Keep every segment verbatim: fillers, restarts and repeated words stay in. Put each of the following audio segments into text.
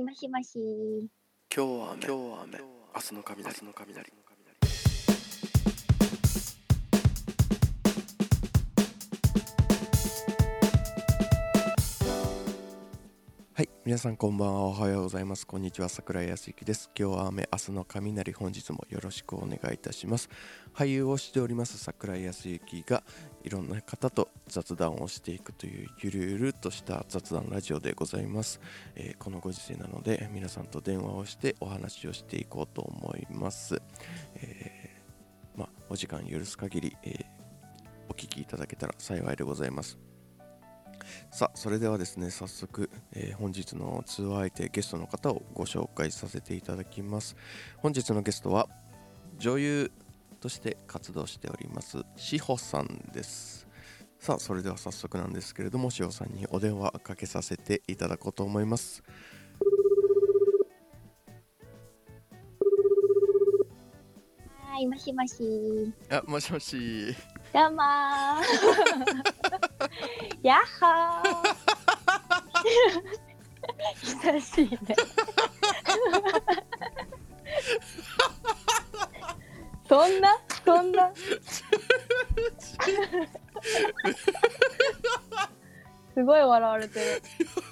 い、もしもし。 今日は雨、今日は雨、明日の雷、明日の雷。はい、皆さんこんばんは、おはようございます。こんにちは、桜井康之です。今日は雨、明日の雷。本日もよろしくお願いいたします。俳優をしております桜井康之がいろんな方と雑談をしていくというゆるゆるとした雑談ラジオでございます。えー、このご時世なので皆さんと電話をしてお話をしていこうと思います。えーまあ、お時間許す限り、えー、お聞きいただけたら幸いでございます。さあ、それではですね、早速、えー、本日の通話相手ゲストの方をご紹介させていただきます。本日のゲストは女優として活動しておりますしほさんです。さあ、それでは早速なんですけれども、しほさんにお電話かけさせていただこうと思います。 はい、もしもし。 あ、もしもし。 どうもー。やっほー。久しいね。そんなそんなすごい笑われてる。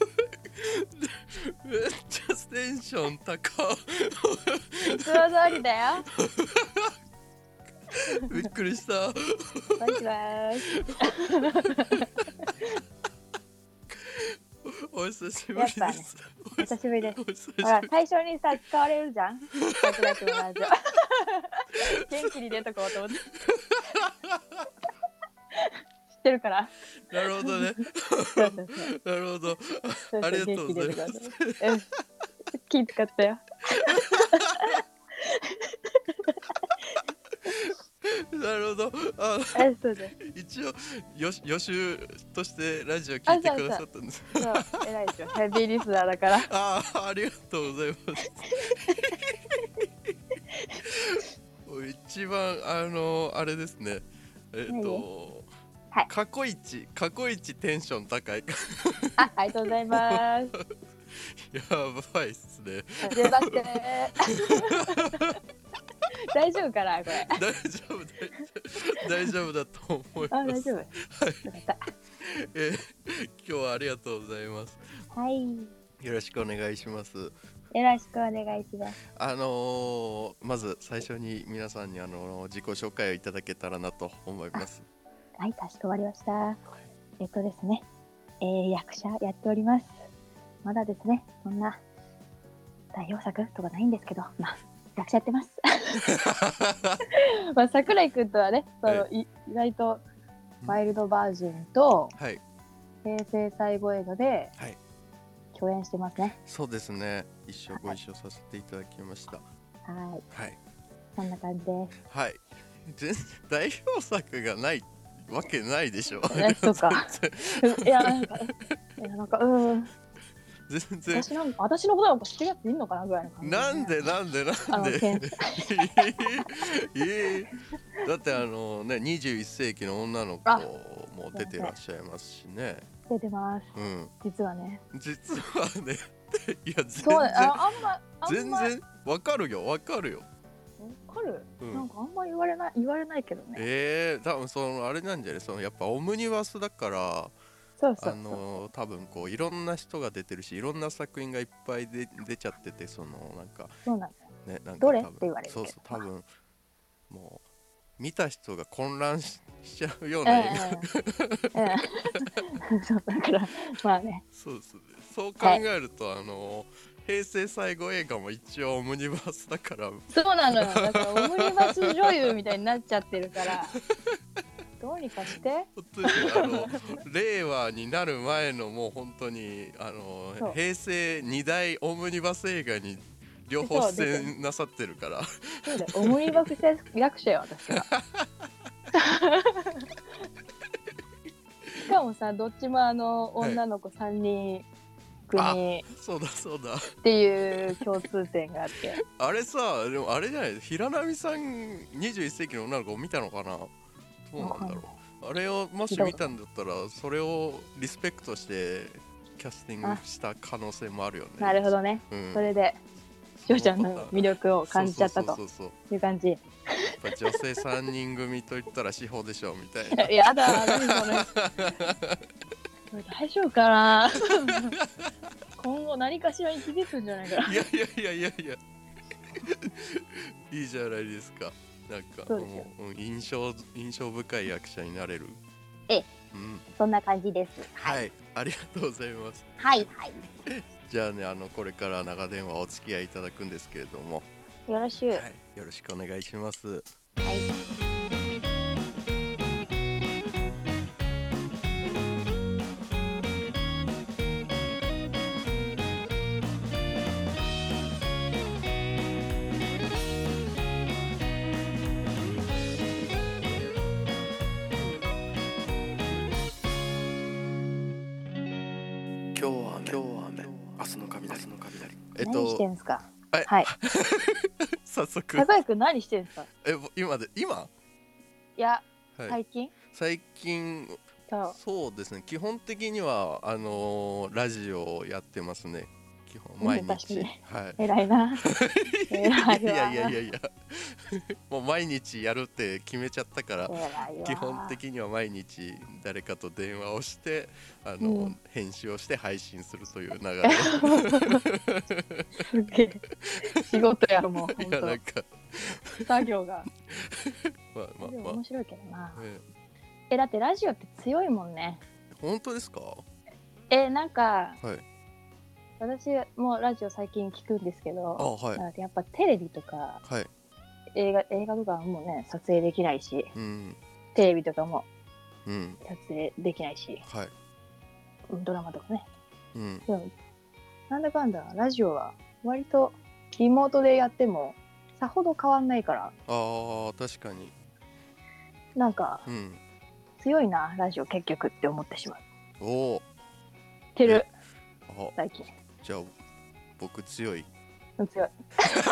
めっちゃテンション高い。 いつも通りだよ。 びっくりした。 もしもーし。 お久しぶりです。 やっぱね、お久しぶりです。 お久しぶり。 ほら、最初にさ、使われるじゃん。桜井くんのラジオ。元気に出とこうと思って。知ってるから。 なるほどね。 そうそうそう。 なるほど。 そうそう、 ありがとうございます。 うん、気使ったよ。 なるほど。あ、 え、そうだ。 一応予予習としてラジオ聞いてくださったんです。 そうそうそう、偉いですよ。ヘビーリスナーだから。 ああ、ありがとうございます。一番あのあれですね。えっと、はい、過去一過去一テンション高い。 あ、ありがとうございます。 やばいっすね。 はじめまして。大丈夫かなこれ。 大丈夫大丈夫だと思います。 あ、大丈夫。はい。 えー、今日はありがとうございます。 はい。 よろしくお願いします。よろしくお願いします。 あのー、まず最初に皆さんにあの自己紹介をいただけたらなと思います。 はい、かしこまりました。はい、えっとですね、えー、役者やっております。まだですね、そんな代表作とかないんですけど、まあ役者やってます。まあ桜井くんとはね、その、はい、意外とワイルドバージンと、はい、平成最後映画で共演してますね。 そうですね。一緒ご一緒させていただきました。はい。 はい。そんな感じです。 はい。全然代表作がないわけないでしょ。 え、そうか。いやなんか、いやなんかうん。 全然私なんか私のことなんか知ってるやついんのかなぐらいの感じ、ね。 なんでなんでなんで。えー、だってあのねにじゅういっ世紀の女の子も出てらっしゃいますしね。 出てます。うん。実はね。 実はね。いや全然そうね、あ、あんまあんま全然わかるよわかるよ。 わかる、うん、なんかあんま言われない言われないけどね。 ええー、多分そのあれなんじゃない、そのやっぱオムニバスだから。 そうそうそう、 あの多分こういろんな人が出てるし、いろんな作品がいっぱいで出ちゃってて、そのなんかそうなんだよ、 ね、なんかどれって言われる。 そうそう、多分もう見た人が混乱 し, しちゃうような映画、ええええ、そうだからまあね、 そうですね。そう考えると、はい、あの平成最後映画も一応オムニバスだから。 そうなのよ、だからオムニバス女優みたいになっちゃってるからどうにかして。 本当にあの令和になる前のもう本当にあの平成に大オムニバス映画に両方出演なさってるから。 そうだよ、オムニバス役者よ私は。しかもさ、どっちもあの女の子さんにん組、はい、 そうだそうだっていう共通点があって。 あれさ、でもあれじゃない、平波さんにじゅういっ世紀の女の子を見たのかな。どうなんだろう。あれをもし見たんだったらそれをリスペクトしてキャスティングした可能性もあるよね。 なるほどね、うん、それでしおちゃんの魅力を感じちゃったという感じ。 やっぱ女性さんにん組といったら志保でしょみたいな。 やだ何それ大丈夫かな今後何かしらに響くんじゃないかな。 いやいやいやいやいやいいじゃないですか。なんかもう印象印象深い役者になれる。 ええ、うん、そんな感じです。 はい、はい、ありがとうございます。 はいはいじゃあね、あのこれから長電話お付き合いいただくんですけれども、 よろしゅう、はい、 よろしくお願いします。はい。今日は今日は雨、明日の雷、明日の雷。 えっと、何してんすか。 はい。 はい、 早速。 高井くん何してんすか。 え、今で今？ いや、はい、最近？ 最近そ、そうですね。基本的にはあのー、ラジオをやってますね。基本毎日。はい。 偉いな。 偉いわ。いやいやいやいや。もう毎日やるって決めちゃったから、基本的には毎日誰かと電話をしてあの、うん、編集をして配信するという流れ。 すげえ仕事やもう。 いやなんか作業がまあまあまあ面白いけどな、ええ、だってラジオって強いもんね。 本当ですか。 えなんか、 はい、 私もラジオ最近聞くんですけど、 あ、はい、 なんかやっぱテレビとか、 はい、 映画、映画とかもね撮影できないし、 うん、 テレビとかも撮影できないし、 うん、はい、 ドラマとかね、 うん、 でもなんだかんだラジオは割とリモートでやってもさほど変わんないから、 あー確かになんか、うん、強いなラジオ結局って思ってしまう。 おおてる最近。 じゃあ僕強い強い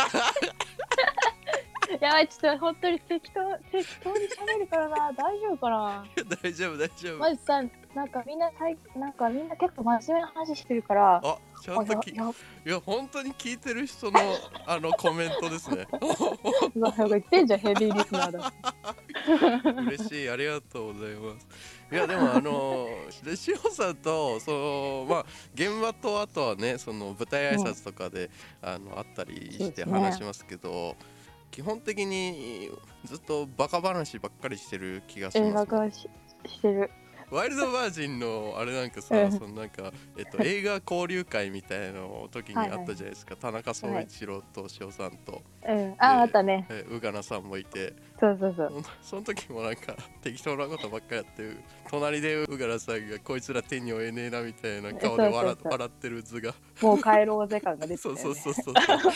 やばい、ちょっと本当に適当適当に喋るからな。大丈夫かな。 大丈夫大丈夫。 マジさ、なんかみんななんかみんな結構真面目な話してるから。 あ、ちゃんときいや本当に聞いてる人のあのコメントですね。 うわ、言ってんじゃんヘビーリスナーだ。 嬉しい、ありがとうございます。いやでもあのしおさんとそのまあ現場とあとはねその舞台挨拶とかで、うん、あのあったりして話しますけど、ね、基本的にずっとバカ話ばっかりしてる気がします、ね。 バカ話してる。 ワイルドバージンのあれなんかさ、うん、そのなんか、えっと、映画交流会みたいなの時にあったじゃないですか。はいはい、田中総一郎と塩さんと、 はい、うん、ああったね。 宇賀名さんもいて、 そうそうそう。 その時もなんか適当なことばっかりやって隣で宇賀名さんがこいつら手に負えねえなみたいな顔で笑、そうそうそう笑ってる図がもう帰ろうぜ感が出てたよね。 そうそうそうそう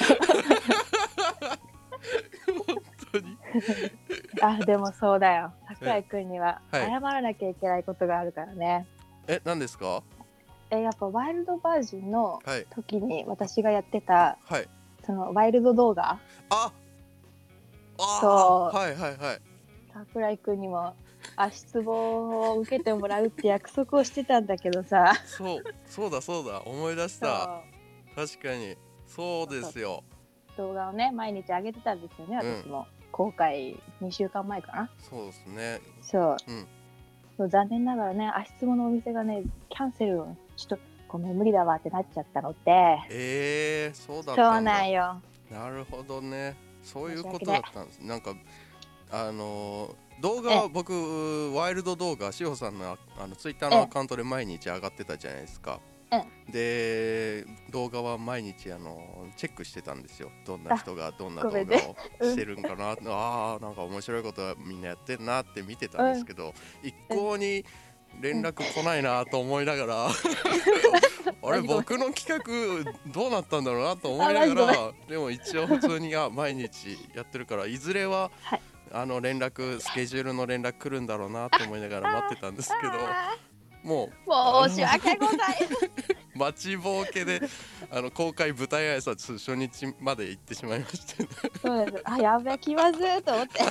本当にあ、でもそうだよ。桜井くんには謝らなきゃいけないことがあるからね。 え、何ですか？ え、やっぱワイルドバージンの時に私がやってた、はい、そのワイルド動画。 あ、あ、 そう、 はいはいはい。 桜井くんにも足つぼを受けてもらうって約束をしてたんだけどさ。 そう、そうだそうだ、思い出した。確かにそうですよ。 動画をね毎日上げてたんですよね、私も、うん、公開にしゅうかんまえかな。 そうですね。 そう、うん、そう残念ながらね足つぼのお店がねキャンセルをちょっとごめん無理だわってなっちゃったので。 えー、そうだったんだ。 そうなんよ。 なるほどね、そういうことだったんです。なんかあのー、動画は僕ワイルド動画しほさんのあのツイッターのアカウントで毎日上がってたじゃないですか。で動画は毎日あのチェックしてたんですよ。どんな人がどんな動画をしてるんかな、うん、あーなんか面白いことはみんなやってんなって見てたんですけど、うん、一向に連絡来ないなと思いながら、うん、あれ僕の企画どうなったんだろうなと思いながらでも一応普通にあ毎日やってるからいずれは、はい、あの連絡スケジュールの連絡来るんだろうなと思いながら待ってたんですけど、もう申し訳ございません。 待ちぼうけであの公開舞台挨拶初日まで行ってしまいました、ね、 そうです。あ、やべえ気まずいと思って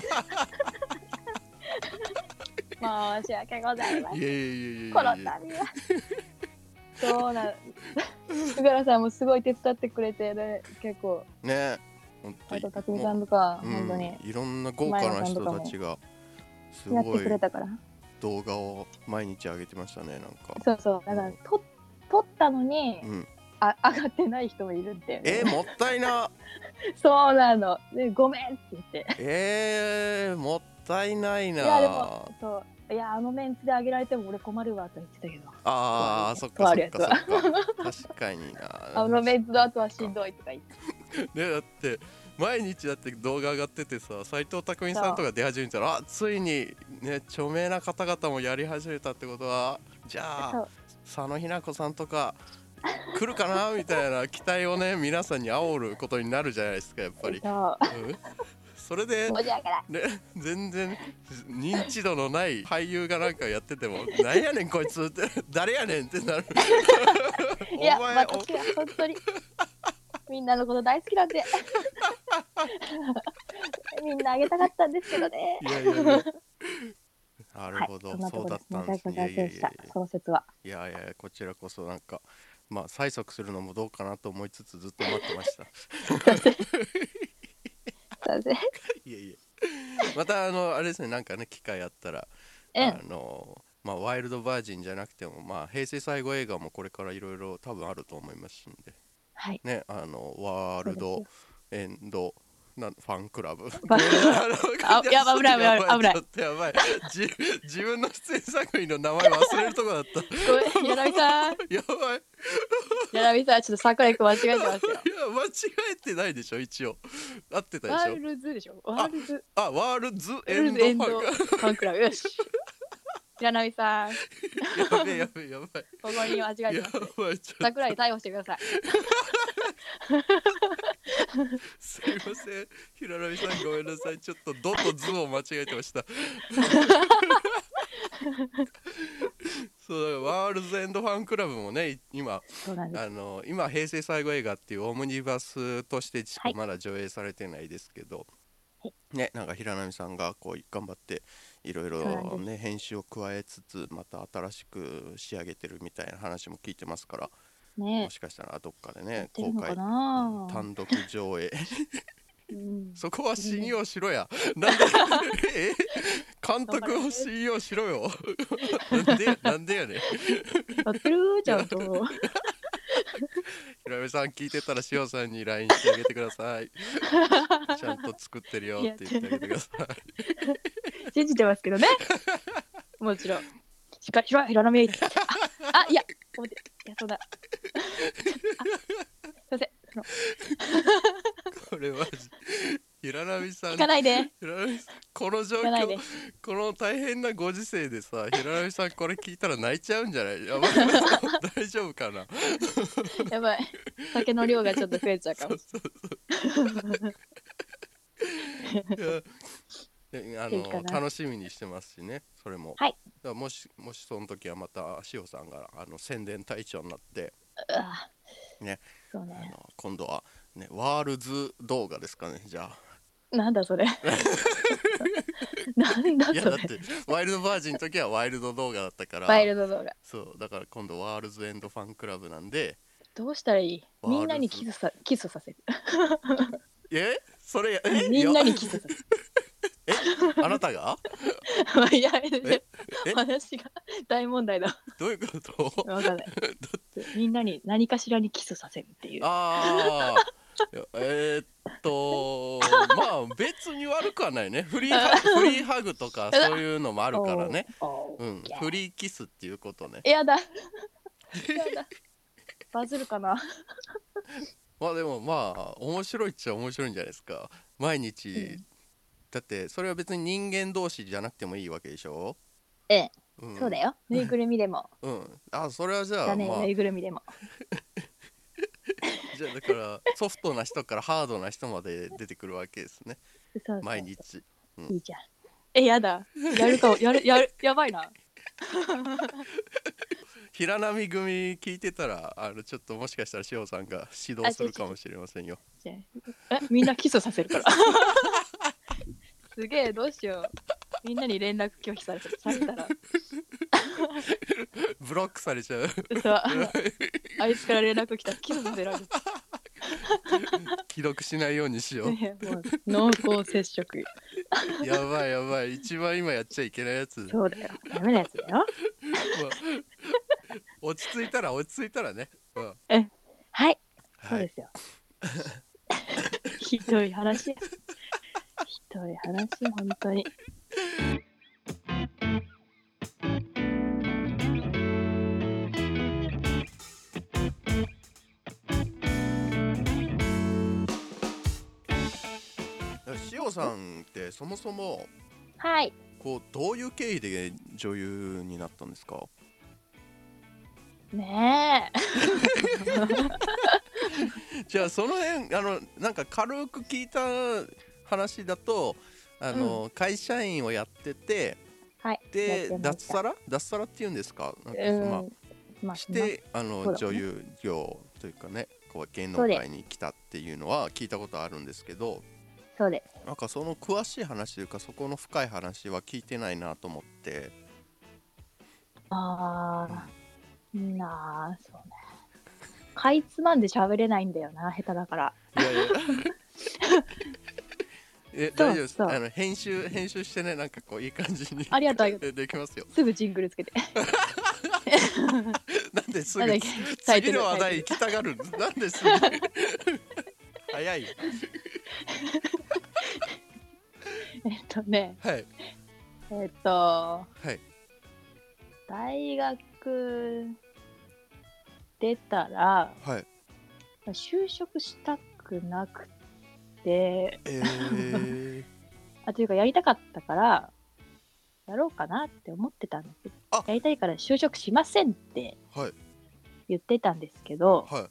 申し訳ございません。いやいやいやいやこの度はそうな福原さんもすごい手伝ってくれて、ね、結構ね本当にあと匠さんとか、 うん、 本当にいろんな豪華な人たちがすやってごいくれたから動画を毎日上げてましたね。なんかそうそうだからと撮ったのに、 うん、 あ上がってない人もいるっていう、ね、 えー、もったいなそうなのでごめんって言ってえー、もったいないな。 いやでもそういやあのメンツで上げられても俺困るわと言ってたけど、 ああそっかそっかそっか確かになあのメンツの後はしんどいとか言ってねだって毎日だって動画上がっててさ、斎藤工さんとか出始めたら、あついにね著名な方々もやり始めたってことは、じゃあ佐野日奈子さんとか来るかなみたいな期待をね皆さんに煽ることになるじゃないですか、やっぱり。 そう、 うん、それで、ね、全然認知度のない俳優がなんかやっててもなんやねんこいつって誰やねんってなるいや私は本当にみんなのこと大好きなんでみんなあげたかったんですけどね。 いやいやいやなるほど、はい、そうだったんですね。いやいやいやその説はいやいやこちらこそなんかまあ催促するのもどうかなと思いつつずっと待ってましたいやいやまたあのあれですね、なんかね機会あったら、うん、あのまあワイルドバージンじゃなくてもまあ平成最後映画もこれからいろいろ多分あると思いますんで、 はい、 ねあのワールドエンドなんファンクラブあやばい危ない危ない危ないちょっとやばい自分の出演作品の名前忘れるとこだったごめん柳さんやばい柳さんちょっと桜井くん間違えてますよ。 いや間違えてないでしょ、一応合ってたでしょ。 ワールズでしょ。ワールズああワールズエンドファンクラブよし柳さんやべえやべえやばいここに間違えてます桜井逮捕してくださいすいません平波さんごめんなさい、ちょっとドとズを間違えてましたそうワールズエンドファンクラブもね今あの今平成最後映画っていうオムニバスとしてしかまだ上映されてないですけど、はい、ねなんか平波さんがこう頑張っていろいろね編集を加えつつまた新しく仕上げてるみたいな話も聞いてますから、ね、もしかしたらどっかでね公開単独上映うん、そこは信用しろや、なんでえ監督を信用しろよなんでなんでやねんやってるちゃんと平部さん聞いてたら塩さんに ライン してあげてくださいちゃんと作ってるよって言ってあげてください信じてますけどねもちろんしっかりしろ平波あいや待っていやそうだすいませんこれは平波さん聞かないでこの状況この大変なご時世でさ平波さんこれ聞いたら泣いちゃうんじゃない？やばい大丈夫かなやばい酒の量がちょっと増えちゃうかもそうそうそうあの楽しみにしてますしね、それも、 はい、 だからもしもしその時はまた塩さんがあの宣伝隊長になってね、 そうね、 あの今度はねワールズ動画ですかね、じゃあなんだそれなんだそれ。いやだってワイルドバージンの時はワイルド動画だったからワイルド動画そうだから今度ワールズエンドファンクラブなんでどうしたらいい、みんなにキスさキスさせるえそれえみんなにキスさせるえあなたがいやえ話が大問題だ。 どういうことわかんないみんなに何かしらにキスさせるっていう。 ああえー、っとまあ別に悪くはないね。フリーハグ、フリーハグとかそういうのもあるからね、うん、フリーキスっていうことね。 やだやだバズるかなまあでもまあ面白いっちゃ面白いんじゃないですか毎日、うん、だってそれは別に人間同士じゃなくてもいいわけでしょ。 ええ、うん、そうだよ、ぬいぐるみでもうんあそれはじゃあ、 まあ、ぬいぐるみでもじゃあだからソフトな人からハードな人まで出てくるわけですねそうそうそう毎日、 うん、いいじゃん。えやだやるかやるやるやばいな平波組聞いてたらあのちょっともしかしたら塩さんが指導するかもしれませんよ。 えみんなキスさせるからすげえどうしようみんなに連絡拒否されたらブロックされちゃう。 そう、あいつから連絡来たら起訴させられる。 既読しないようにしよう。 ね、もう濃厚接触。 やばいやばい、一番今やっちゃいけないやつ。 そうだよ、ダメなやつだよ。 まあ、落ち着いたら落ち着いたらね、うん、 え、はい、そうはい、 ですよ。ひどい話。ひどい話、本当に。 しおさんってそもそもはい。 こうどういう経緯で女優になったんですか？ ねえ。 じゃあその辺あのなんか軽く聞いた話だと、あの、うん、会社員をやってて、 はい、 で脱サラ脱サラっていうんですか、なんかその、まあ、して、まあ、あの、ね、女優業というかね、こう芸能界に来たっていうのは聞いたことあるんですけど、 そうです。 なんかその詳しい話というかそこの深い話は聞いてないなと思って。 ああ、うん、なあ、そうね。かいつまんで喋れないんだよな、下手だから。 いやいやえ、大丈夫です。あの編集編集してね、なんかこういい感じにありがとうできますよ。 すぐジングルつけて。 なんですぐ次の話題行きたがるなんですぐ早い。 えっとね、 はい、 えっと、はい、 大学出たら、 はい、 就職したくなくて、 えー、 あというかやりたかったからやろうかなって思ってたんですけど、やりたいから就職しませんって言ってたんですけど、はい、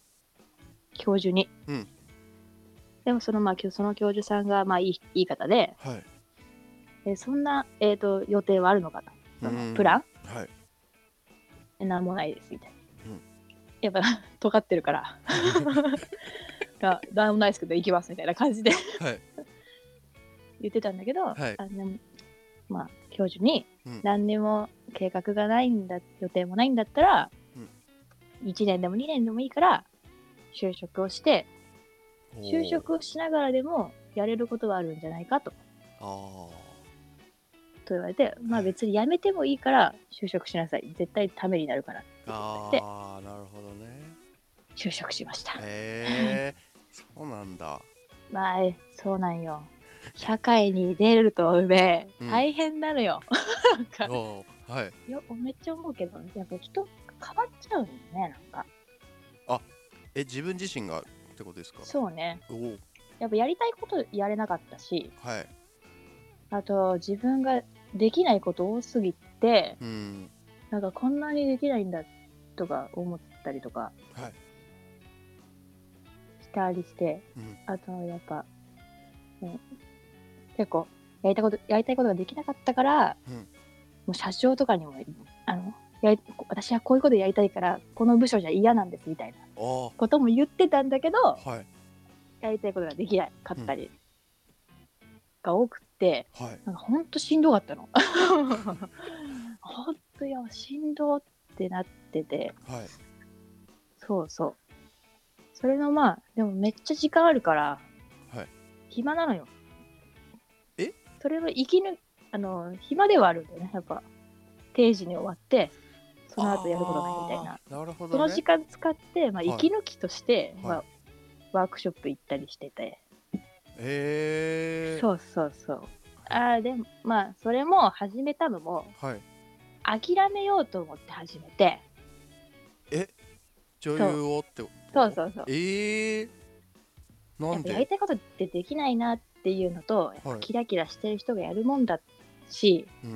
教授に、うん、でもそのまあその教授さんがまあいいいい方で、はい、えそんな、えーと、予定はあるのかと、そのプラン、はい、なんもないですみたいな、うん、やっぱ尖ってるからなんもないですけど行きますみたいな感じで、はい、言ってたんだけど、はい、あのまあ教授に、うん、何にも計画がないんだ、予定もないんだったら、うん、いちねんでもにねんでもいいから就職をして、就職をしながらでもやれることはあるんじゃないかと。あと言われて、まあ別に辞めてもいいから就職しなさい、絶対ためになるからって言われて、 ああ、なるほどね。 就職しました。 へえそうなんだ。 まあそうなんよ。社会に出るとね、大変なのよ。なんか、はい、いやめっちゃ思うけど、やっぱ人変わっちゃうんだよね、なんか。 あ、え自分自身がってことですか？ そうね。おやっぱやりたいことやれなかったし、はい、あと自分ができないこと多すぎて、うん、なんかこんなにできないんだとか思ったりとかしたりして、はい、あとやっぱ、ね、結構やりたいことやりたいことができなかったから、うん、もう社長とかにもあのやり私はこういうことやりたいからこの部署じゃ嫌なんですみたいなことも言ってたんだけど、はい、やりたいことができなかったりが多くて、うん、はい、なんかほんとしんどかったの。ほんといやしんどってなってて、はい、そうそう、それのまあでもめっちゃ時間あるから、はい、暇なのよ。 えそれは生きぬあの暇ではあるんだよね、やっぱ定時に終わってその後やることないみたいな。 なるほどね、 その時間使って、まあ、息抜きとして、はい、まあ、ワークショップ行ったりしてて、 へー、 そうそうそう、あでもまあそれも始めたのも、はい、諦めようと思って始めて。 え女優をってこと？ そうそうそう、 えー、なんで？ やりたいことってできないなっていうのと、やっぱキラキラしてる人がやるもんだし、はい、うん、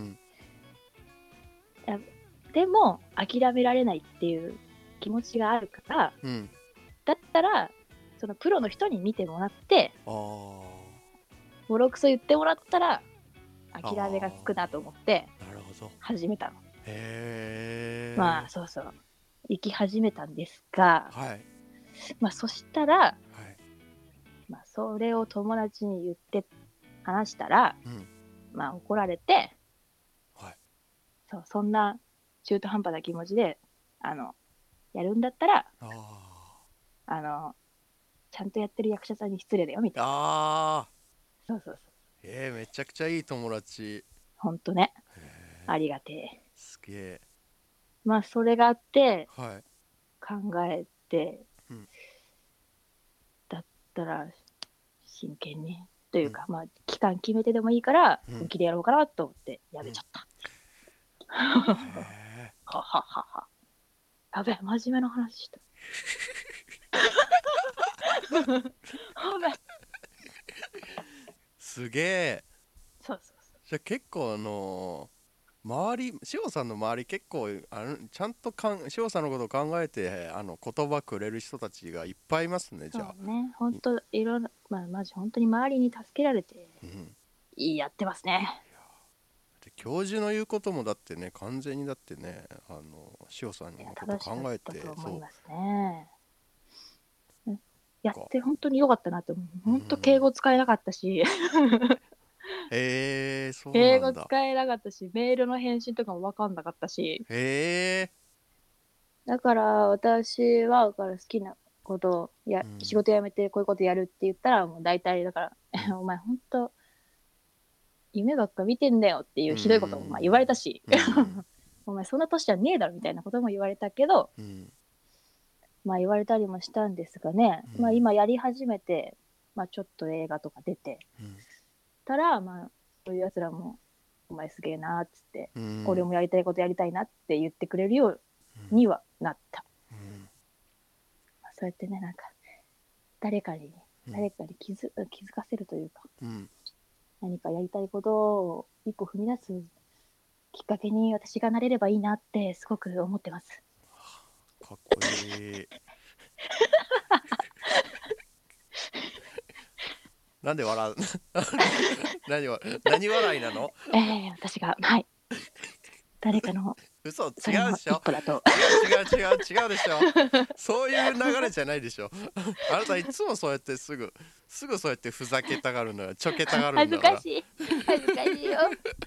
でも諦められないっていう気持ちがあるから、うん、だったらそのプロの人に見てもらって、あボロクソ言ってもらったら諦めがつくなと思って始めたの。へー、まあそうそう行き始めたんですが、はい、まあそしたら、はい、まあ、それを友達に言って話したら、うん、まあ怒られて、はい、そうそんな中途半端な気持ちであのやるんだったらああのちゃんとやってる役者さんに失礼だよみたいな。 あそうそうそう。 えー、めちゃくちゃいい友達。 ほんとね。ありがてえ。 すげえ。 まあそれがあって、 はい、 考えて、 うん、 だったら真剣にというか、うん、まあ期間決めてでもいいから本気でやろうかなと思ってやめちゃった。うん、はははは。やべえ、真面目な話した。やべえ。 すげえ。 そうそうそう。 じゃあ結構あのー周り、塩さんの周り結構あのちゃんとかん塩さんのことを考えてあの言葉くれる人たちがいっぱいいますね。じゃあそうね、本当いろいろ、まあマジ本当に周りに助けられて、うん、やってますね。 で教授の言うこともだってね、完全にだってね、あの塩さんのこと考えて、 と思いますね。そうやって本当に良かったなって思う。本当敬語使えなかったし。 へえー、そう敬なんだ。 語使えなかったし、メールの返信とかも分かんなかったし。 へえ。 だから私はだから好きなことをや、うん、仕事辞めてこういうことやるって言ったらもう大体だから、うん、お前本当夢ばっか見てんだよっていうひどいこともまあ言われたし、うん、お前そんな年じゃねえだろみたいなことも言われたけど、うん、まあ言われたりもしたんですがね、うん、まあ今やり始めて、まあ、ちょっと映画とか出て、うん、たらまあそういうやつらもお前すげえなっつって、うん、俺もやりたいことやりたいなって言ってくれるようにはなった、うん、まあ、そうやってね、なんか誰かに誰かに気づ、うん、気づかせるというか、うん、何かやりたいことを一歩踏み出すきっかけに私がなれればいいなってすごく思ってます。 かっこいい。なんで笑う何は何笑いなの？ えー、私がはい誰かの嘘、違うでしょ。違う違う違う違うでしょ。そういう流れじゃないでしょ。あなたいつもそうやってすぐすぐそうやってふざけたがるのよ、ちょけたがるんだから。 恥ずかしい恥ずかしいよ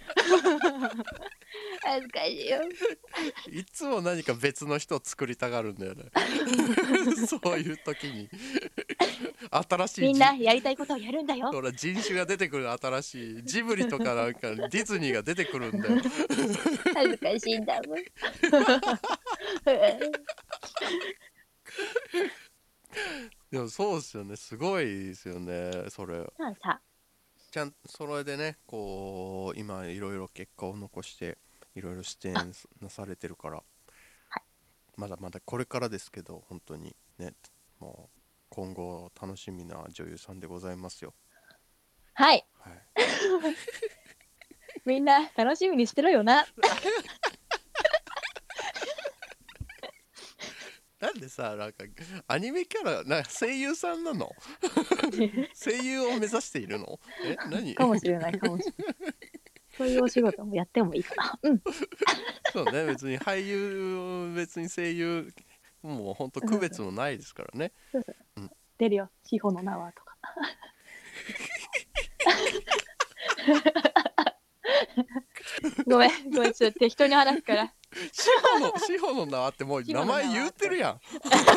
恥ずかしいよ。 いつも何か別の人を作りたがるんだよねそういう時に新しいみんなやりたいことをやるんだよ。 ほら人種が出てくる、新しいジブリとかなんかディズニーが出てくるんだよ恥ずかしいんだもんでもそうですよね、すごいですよねそれ。 さあさあちゃんそれでね、こう今いろいろ結果を残していろいろ出演なされてるから、はい、まだまだこれからですけど、本当にね、もう今後楽しみな女優さんでございますよ。 はい、はい、みんな楽しみにしてろよななんでさ、なんかアニメキャラな声優さんなの声優を目指しているの？え、何？ かもしれないかもしれないそういうお仕事もやってもいいかな。うん。 そうね、別に俳優別に声優もうほんと区別もないですからね。 そうそう、うん、出るよ、志保の名はとかごめんごめん、ちょっと適当に話すから志保の志保の名はってもう名前言うてるやん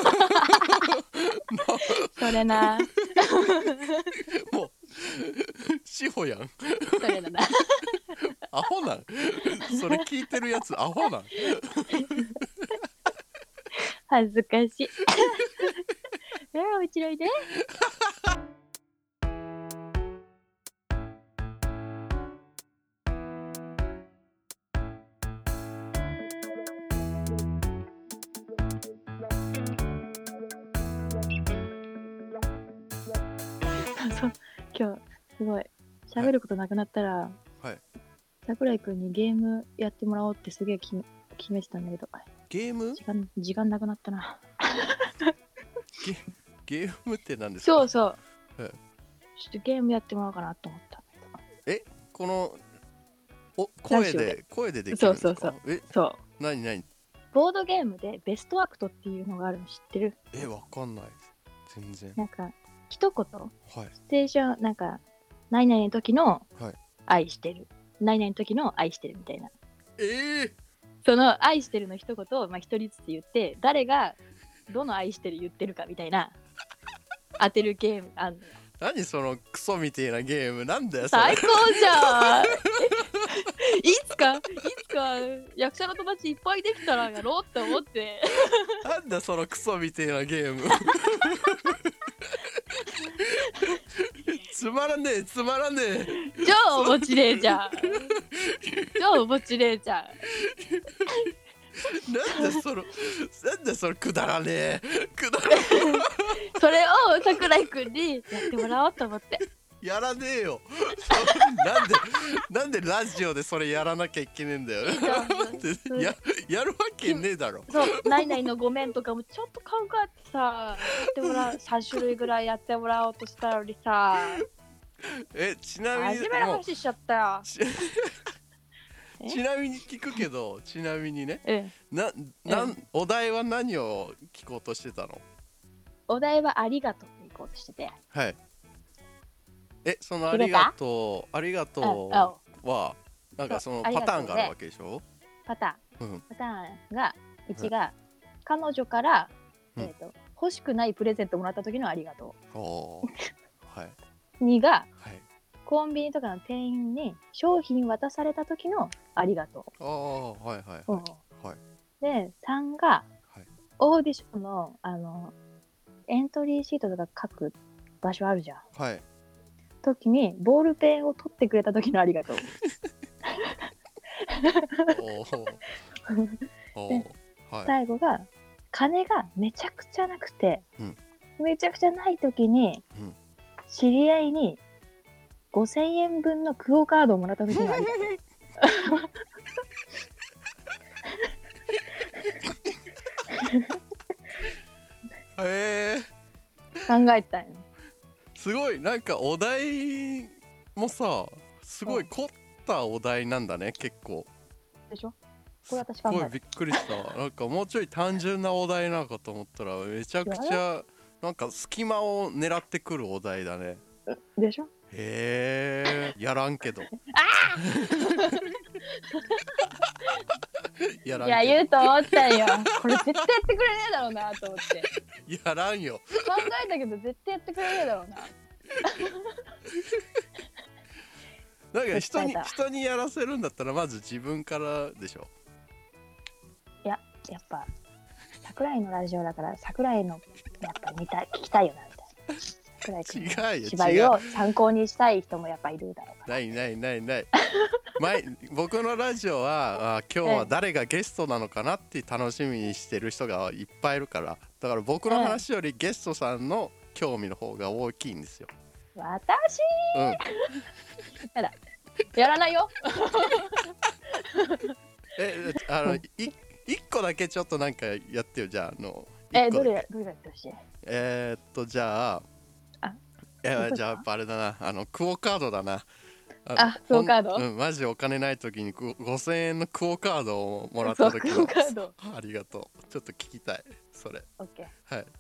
それなもう志保やんそれだなアホなんそれ聞いてるやつアホなん恥ずかしいえー、うちろいで今日すごい喋ることなくなったら、はい、桜井くんにゲームやってもらおうってすげえ決め、決めてたんだけど、 ゲーム時間時間なくなったなゲ, ゲームって何ですか？ そうそう、はい、ちょっとゲームやってもらおうかなと思ったんだけど。え、このお声で声でできるんですか？ そうそうそう、 え、 そう、 何何ボードゲームでベストアクトっていうのがあるの知ってる？ え、わかんない全然。 なんか一言、はい、シチュエーションなんか何々の時の愛してる、はい、何々の時の愛してるみたいな。 えー、 その愛してるの一言をまあ一人ずつ言って、誰がどの愛してる言ってるかみたいな当てるゲームあんのよ。 何そのクソみてえなゲームなんだよそれ。 最高じゃんいつかいつか役者の友達いっぱいできたらやろうって思ってなんだそのクソみてえなゲームつまらねえつまらねえ超面白いじゃん超面白いじゃんなんだそのなんだそのくだらねえくだらねえそれを桜井くんにやってもらおうと思って。 やらねえよなんでなんでラジオでそれやらなきゃいけねえんだよや, やるわけねえだろ。 そうないないのごめんとかもちょっと考えてさやってもらうさん種類ぐらいやってもらおうとしたのにさえちなみに初めの話しちゃったよち, ちなみに聞くけどちなみにね、 ええ、 ななん、ええ、お題は何を聞こうとしてたの？ お題はありがとうって聞こうとしてて、 はい。えそのありがとうありがとうはなんかそのパターンがあるわけでしょ？ パターン、 うん、 パターンがいちが、うん、彼女から、えーとうん、欲しくないプレゼントもらった時のありがとう。 おはい、 にが、 はい、 コンビニとかの店員に商品渡された時のありがとう。 ああはいはいはい、うんはい、 でさんが、はい、オーディションのあのエントリーシートとか書く場所あるじゃん。 はい。 時にボールペンを取ってくれた時のありがとう。で、はい、最後が金がめちゃくちゃなくて、うん、めちゃくちゃない時に、うん、知り合いにごせんえんぶんのクオカードをもらった時のありがとう。へえ。 考えたいの。 すごいなんかお題もさすごい凝ったお題なんだね結構。 でしょ？これ私考えた。 すごいびっくりしたなんかもうちょい単純なお題なのかと思ったらめちゃくちゃなんか隙間を狙ってくるお題だね。 でしょ？ へえやらんけど。あやらんけどいや言うと思ったよこれ絶対やってくれねえだろうなと思ってやらんよ考えたけど絶対やってくれねえだろうななんか人に人にやらせるんだったらまず自分からでしょ。 いややっぱ桜井のラジオだから桜井のやっぱ見たい聞きたいよなみたいな。 違うよ芝居を参考にしたい人もやっぱいるだろうから。 ないないないない前僕のラジオはあ今日は誰がゲストなのかなって楽しみにしてる人がいっぱいいるからだから僕の話よりゲストさんの興味の方が大きいんですよ。 私、 うん、 やだやらないよえあの、うん、い一個だけちょっとなんかやってよじゃああのえどれどれやってほしい？ えー、っとじゃああいやじゃあやっぱあれだなあのクオカードだな。 あクオカード？ うんマジお金ない時にごせんえんのクオカードをもらった時のカードありがとうちょっと聞きたいそれ。 オッケーはい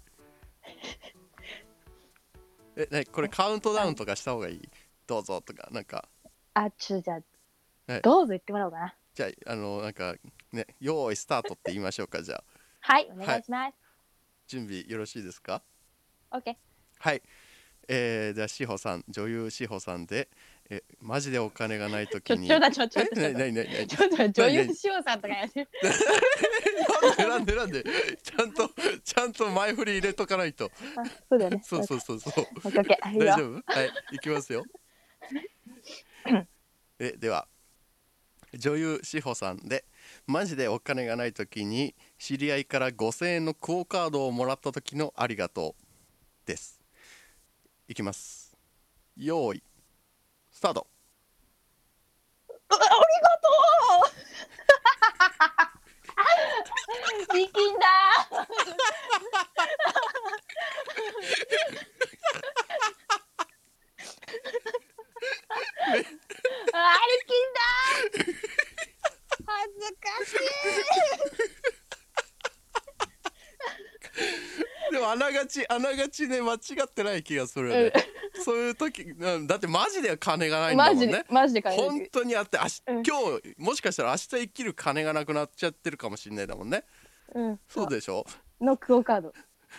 えねこれカウントダウンとかした方がいい？どうぞとかなんかあちょじゃあ、はい、どうぞ言ってもらおうかな。 じゃああのなんかね用意スタートって言いましょうかじゃあはいお願いします、はい、 準備よろしいですか？ オッケーはいえー、じゃあ志保さん女優志保さんでえマジでお金がないときにちょちょちょちょちょちょなになになにちょっと女優志保さんとかやってなんでなんでなんでちゃんとちゃんと前振り入れとかないと。 あそうだよねそうそうそうそうオッケーオッケー大丈夫？はい行きますよえでは女優志保さんでマジでお金がないときに知り合いからごせんえんのクオカードをもらった時のありがとうです。いきます。用意スタート。 あ, ありがとう力んだあ力んだ恥ずかしいでもあながちあながちね間違ってない気がするよね、うん、 そういう時だってマジで金がないんだもんね。マジでマジで金がない。 本当にあって、あし、うん、今日もしかしたら明日生きる金がなくなっちゃってるかもしれないだもんね。うん、そうでしょ。 のクオカード。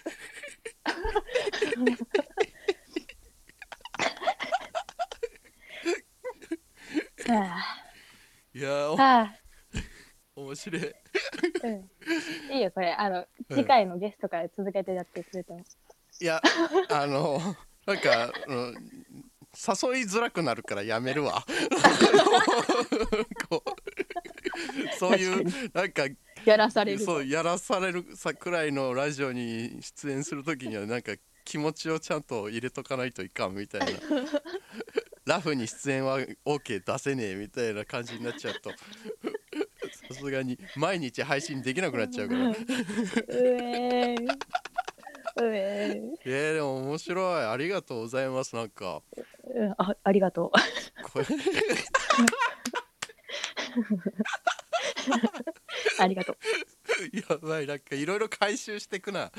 いやー、面白い。 うん、いいよこれ、あの次回のゲストから続けてやってくれても。 いや、あのなんか、うん、誘いづらくなるからやめるわ。こうそういうなんかやらされる、 そうやらされる桜井のラジオに出演するときにはなんか気持ちをちゃんと入れとかないといかんみたいな。ラフに出演は OK 出せねえみたいな感じになっちゃうとさすがに毎日配信できなくなっちゃうから。うえーうえー、えー、でも面白い。ありがとうございます。なんか、 うん、あ, ありがとう。これありがとう。 やばい、なんかいろいろ回収してくな。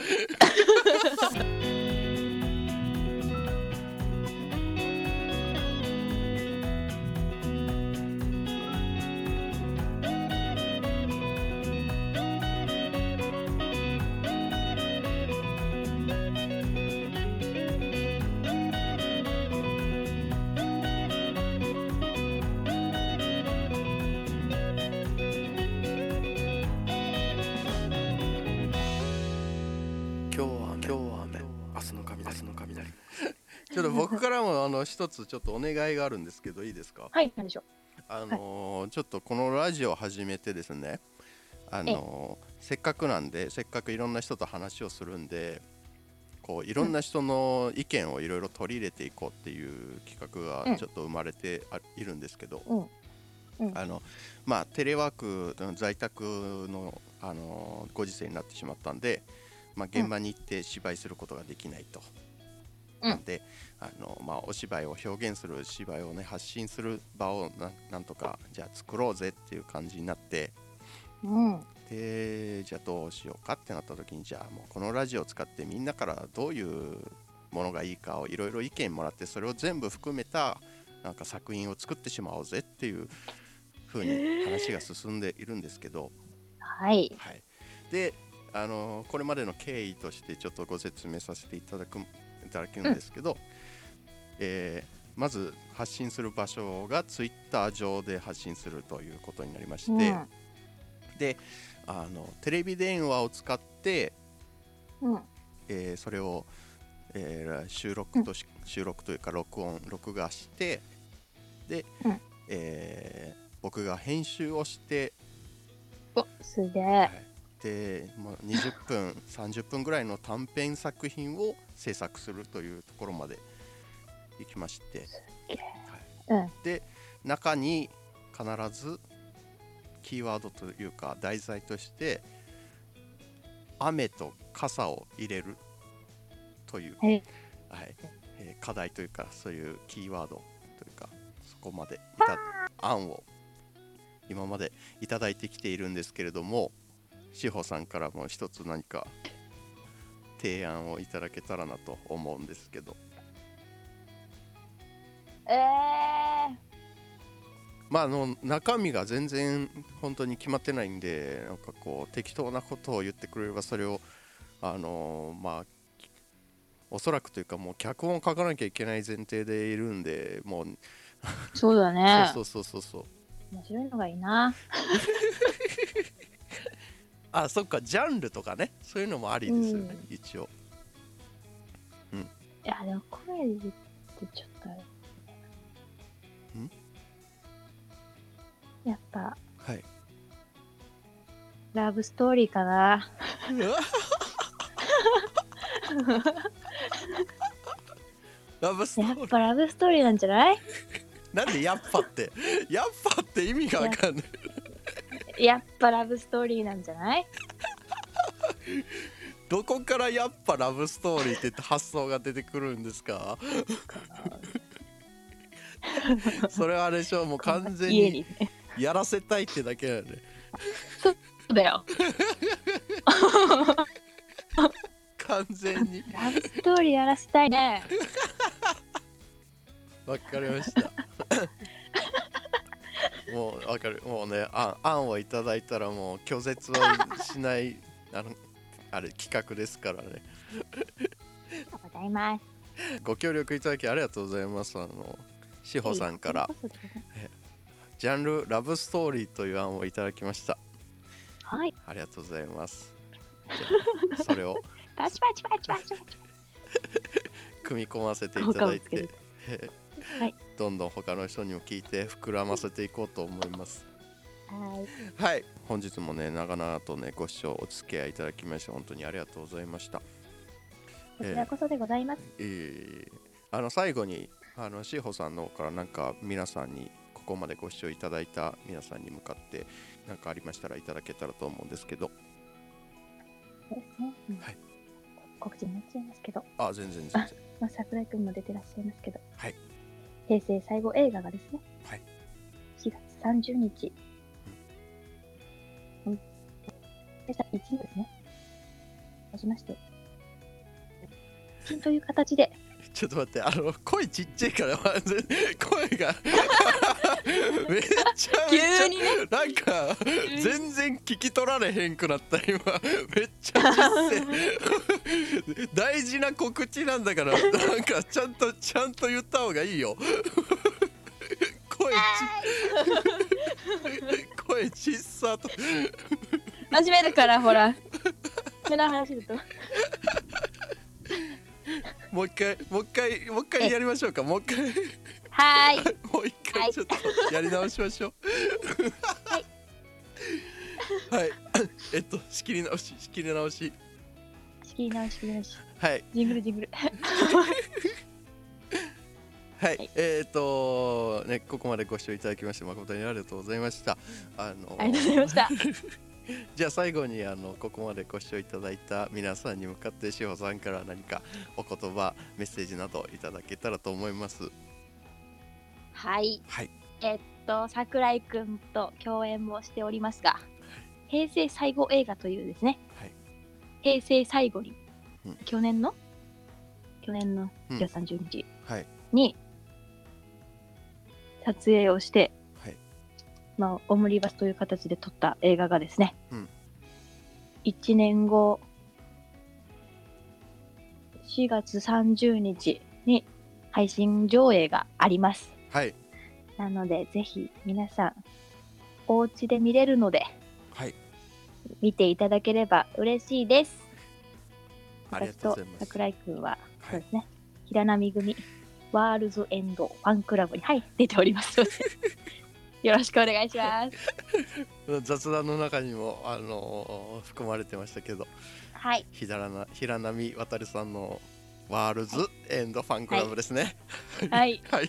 ちょっと僕からもあの一つちょっとお願いがあるんですけどいいですか？ はい、何でしょう。 あのーはい、ちょっとこのラジオを始めてですね、あのー、せっかくなんでせっかくいろんな人と話をするんで、こういろんな人の意見をいろいろ取り入れていこうっていう企画がちょっと生まれているんですけど、うんうん、あのまあテレワーク在宅の、あのー、ご時世になってしまったんで、まあ、現場に行って芝居することができないと。なんで、あのまあ、お芝居を表現する芝居をね発信する場を な, なんとかじゃあ作ろうぜっていう感じになって、うん、でじゃあどうしようかってなった時に、じゃあもうこのラジオを使ってみんなからどういうものがいいかをいろいろ意見もらって、それを全部含めたなんか作品を作ってしまおうぜっていう風に話が進んでいるんですけど、 はい、 はい、であのこれまでの経緯としてちょっとご説明させていただくいただけるんですけど、うん、えー、まず発信する場所がツイッター上で発信するということになりまして、うん、であのテレビ電話を使って、うん、えー、それを、えー、収録とし、うん、収録というか録音録画してで、うん、えー、僕が編集をしておすげえ、 はい、でまあ、にじゅっぷんさんじゅっぷんぐらいの短編作品を制作するというところまで行きまして、はい、うん、で中に必ずキーワードというか題材として雨と傘を入れるという、はい、えー、課題というかそういうキーワードというかそこまでいた案を今までいただいてきているんですけれども、志保さんからも一つ何か提案をいただけたらなと思うんですけど。 えー、 まああの中身が全然本当に決まってないんで、なんかこう適当なことを言ってくれればそれをあのー、まあおそらくというかもう脚本を書かなきゃいけない前提でいるんで、もうそうだねそうそうそうそう面白いのがいいな。 あ、そっか、ジャンルとかね、そういうのもありですよね、うん、一応。うん。いや、でもコメディってちょっとあれ。ん？やっぱ。 はい。 ラブストーリーかな。 ラブストーリー。 やっぱラブストーリーなんじゃない？ なんでやっぱって、やっぱって意味がわかんない。 やっぱラブストーリーなんじゃない？ どこからやっぱラブストーリーって発想が出てくるんですか？それはあれでしょ、もう完全にやらせたいってだけだよね。 そうだよ。 完全にラブストーリーやらせたいね。 わかりましたもうわかる、もうね、あん、あんをいただいたらもう拒絶はしないあのあれ企画ですからねありがとうございます。 ご協力いただきありがとうございます。あのしほさんからジャンルラブストーリーという案をいただきました。 はい、 ありがとうございます。じゃあそれをパチパチパチパチパチ組み込ませていただいて、 はい、 どんどん他の人にも聞いて膨らませていこうと思います。 はい、 はい、本日もね長々とねご視聴お付き合いいただきまして本当にありがとうございました。 こちらこそでございます。 えー、あの最後にあのしほさんの方からなんか皆さんにここまでご視聴いただいた皆さんに向かって何かありましたらいただけたらと思うんですけど。 そうですね、うん、はい、告知になっちゃいますけど、 あ、全然全然、 まあ、桜井くんも出てらっしゃいますけど、 はい、 平成最後映画がですね、 はい、 しがつさんじゅうにち、うん、いちにちですね、出しましてという形でちょっと待って、あの声ちっちゃいから声がめっちゃ急にね、 なんか全然聞き取られへんくなった今めっちゃ実践大事な告知なんだからなんかちゃんとちゃんと言った方がいいよ声ち声ちっさと真面目だからほら目の話するともう一回もう一回もう一回やりましょうか。もう一回はーいもう一回ちょっとやり直しましょうはいはいえっと仕切り直し仕切り直し仕切り直し仕切り直しはいジングルジングルはい、はい、えっ、ー、とねここまでご視聴いただきまして誠にありがとうございました。あのありがとうございましたじゃあ最後にあのここまでご視聴いただいた皆さんに向かってしほさんから何かお言葉メッセージなどいただけたらと思います。 はい、 はい、 えっと桜井くんと共演もしておりますが、平成最後映画というですね、はい、平成最後に、うん、去年の去年のしがつさんじゅうにちに撮影をして、はい、まあ、オムニバスという形で撮った映画がですね、うん、いちねんごしがつさんじゅうにちに配信上映があります。 はい、 なのでぜひ皆さんお家で見れるので、はい、見ていただければ嬉しいです。私と桜井くんは、はい、そうですね、平波組ワールズエンドファンクラブに、はい、出ておりますのでよろしくお願いします雑談の中にも、あのー、含まれてましたけど、はい、平な平波渡さんのワールズエンドファンクラブですね。 はいはい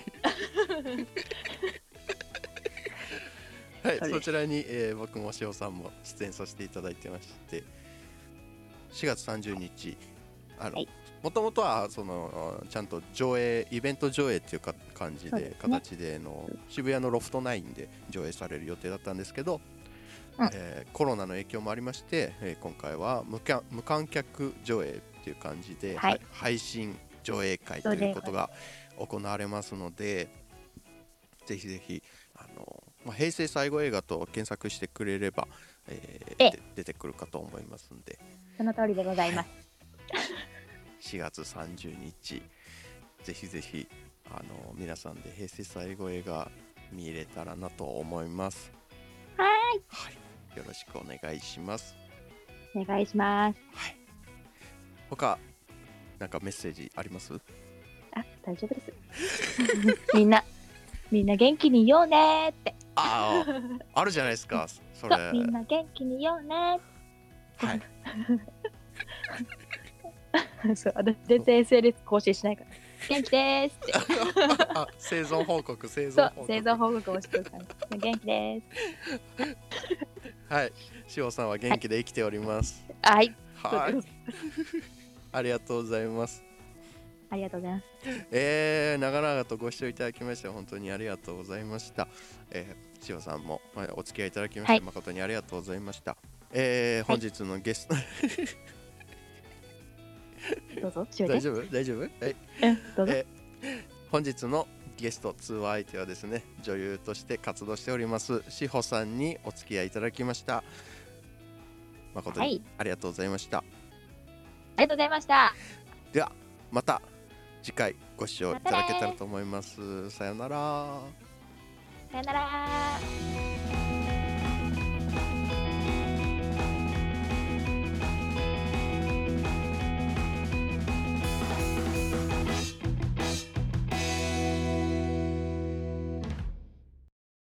はい、そちらに、えー、僕もしおさんも出演させていただいてまして、しがつさんじゅうにちあの、はい、もともとはそのちゃんと上映イベント上映っていうか感じで、ね、形での渋谷のロフトナインで上映される予定だったんですけど、うん、えー、コロナの影響もありまして、えー、今回は 無, 無観客上映っていう感じで、はい、配信上映会ということが行われますので、ぜひぜひあの、まあ、平成最後映画と検索してくれれば、えー、で出てくるかと思いますので。 その通りでございます、はい、 しがつさんじゅうにちぜひぜひあの皆さんで平成最後映画見れたらなと思います。 はい、 はい、よろしくお願いします。 お願いします。 はい、他なんかメッセージあります？ あ、大丈夫ですみんなみんな元気にいようねって。 ああ、あるじゃないですかそれ。 そう、みんな元気にいようねはいそう、私全然 エスエヌエス 更新しないから元気でーすってあ、生存報告生存報告そう、生存報告をしてるから元気でーすはい、しおさんは元気で生きております。 はい、 はい、はいありがとうございます。 ありがとうございます。 えー、長々とご視聴いただきまして本当にありがとうございました。えー、しおさんもお付き合いいただきまして、はい、誠にありがとうございました。えー、本日のゲスト、はい、 どうぞ。 大丈夫大丈夫、はい、 うん、どうぞ。 えー、本日のゲスト通話相手はですね、女優として活動しております志保さんにお付き合いいただきました。誠にありがとうございました、はい、 ありがとうございました。 ではまた次回ご視聴いただけたらと思います。さよなら。 さよなら。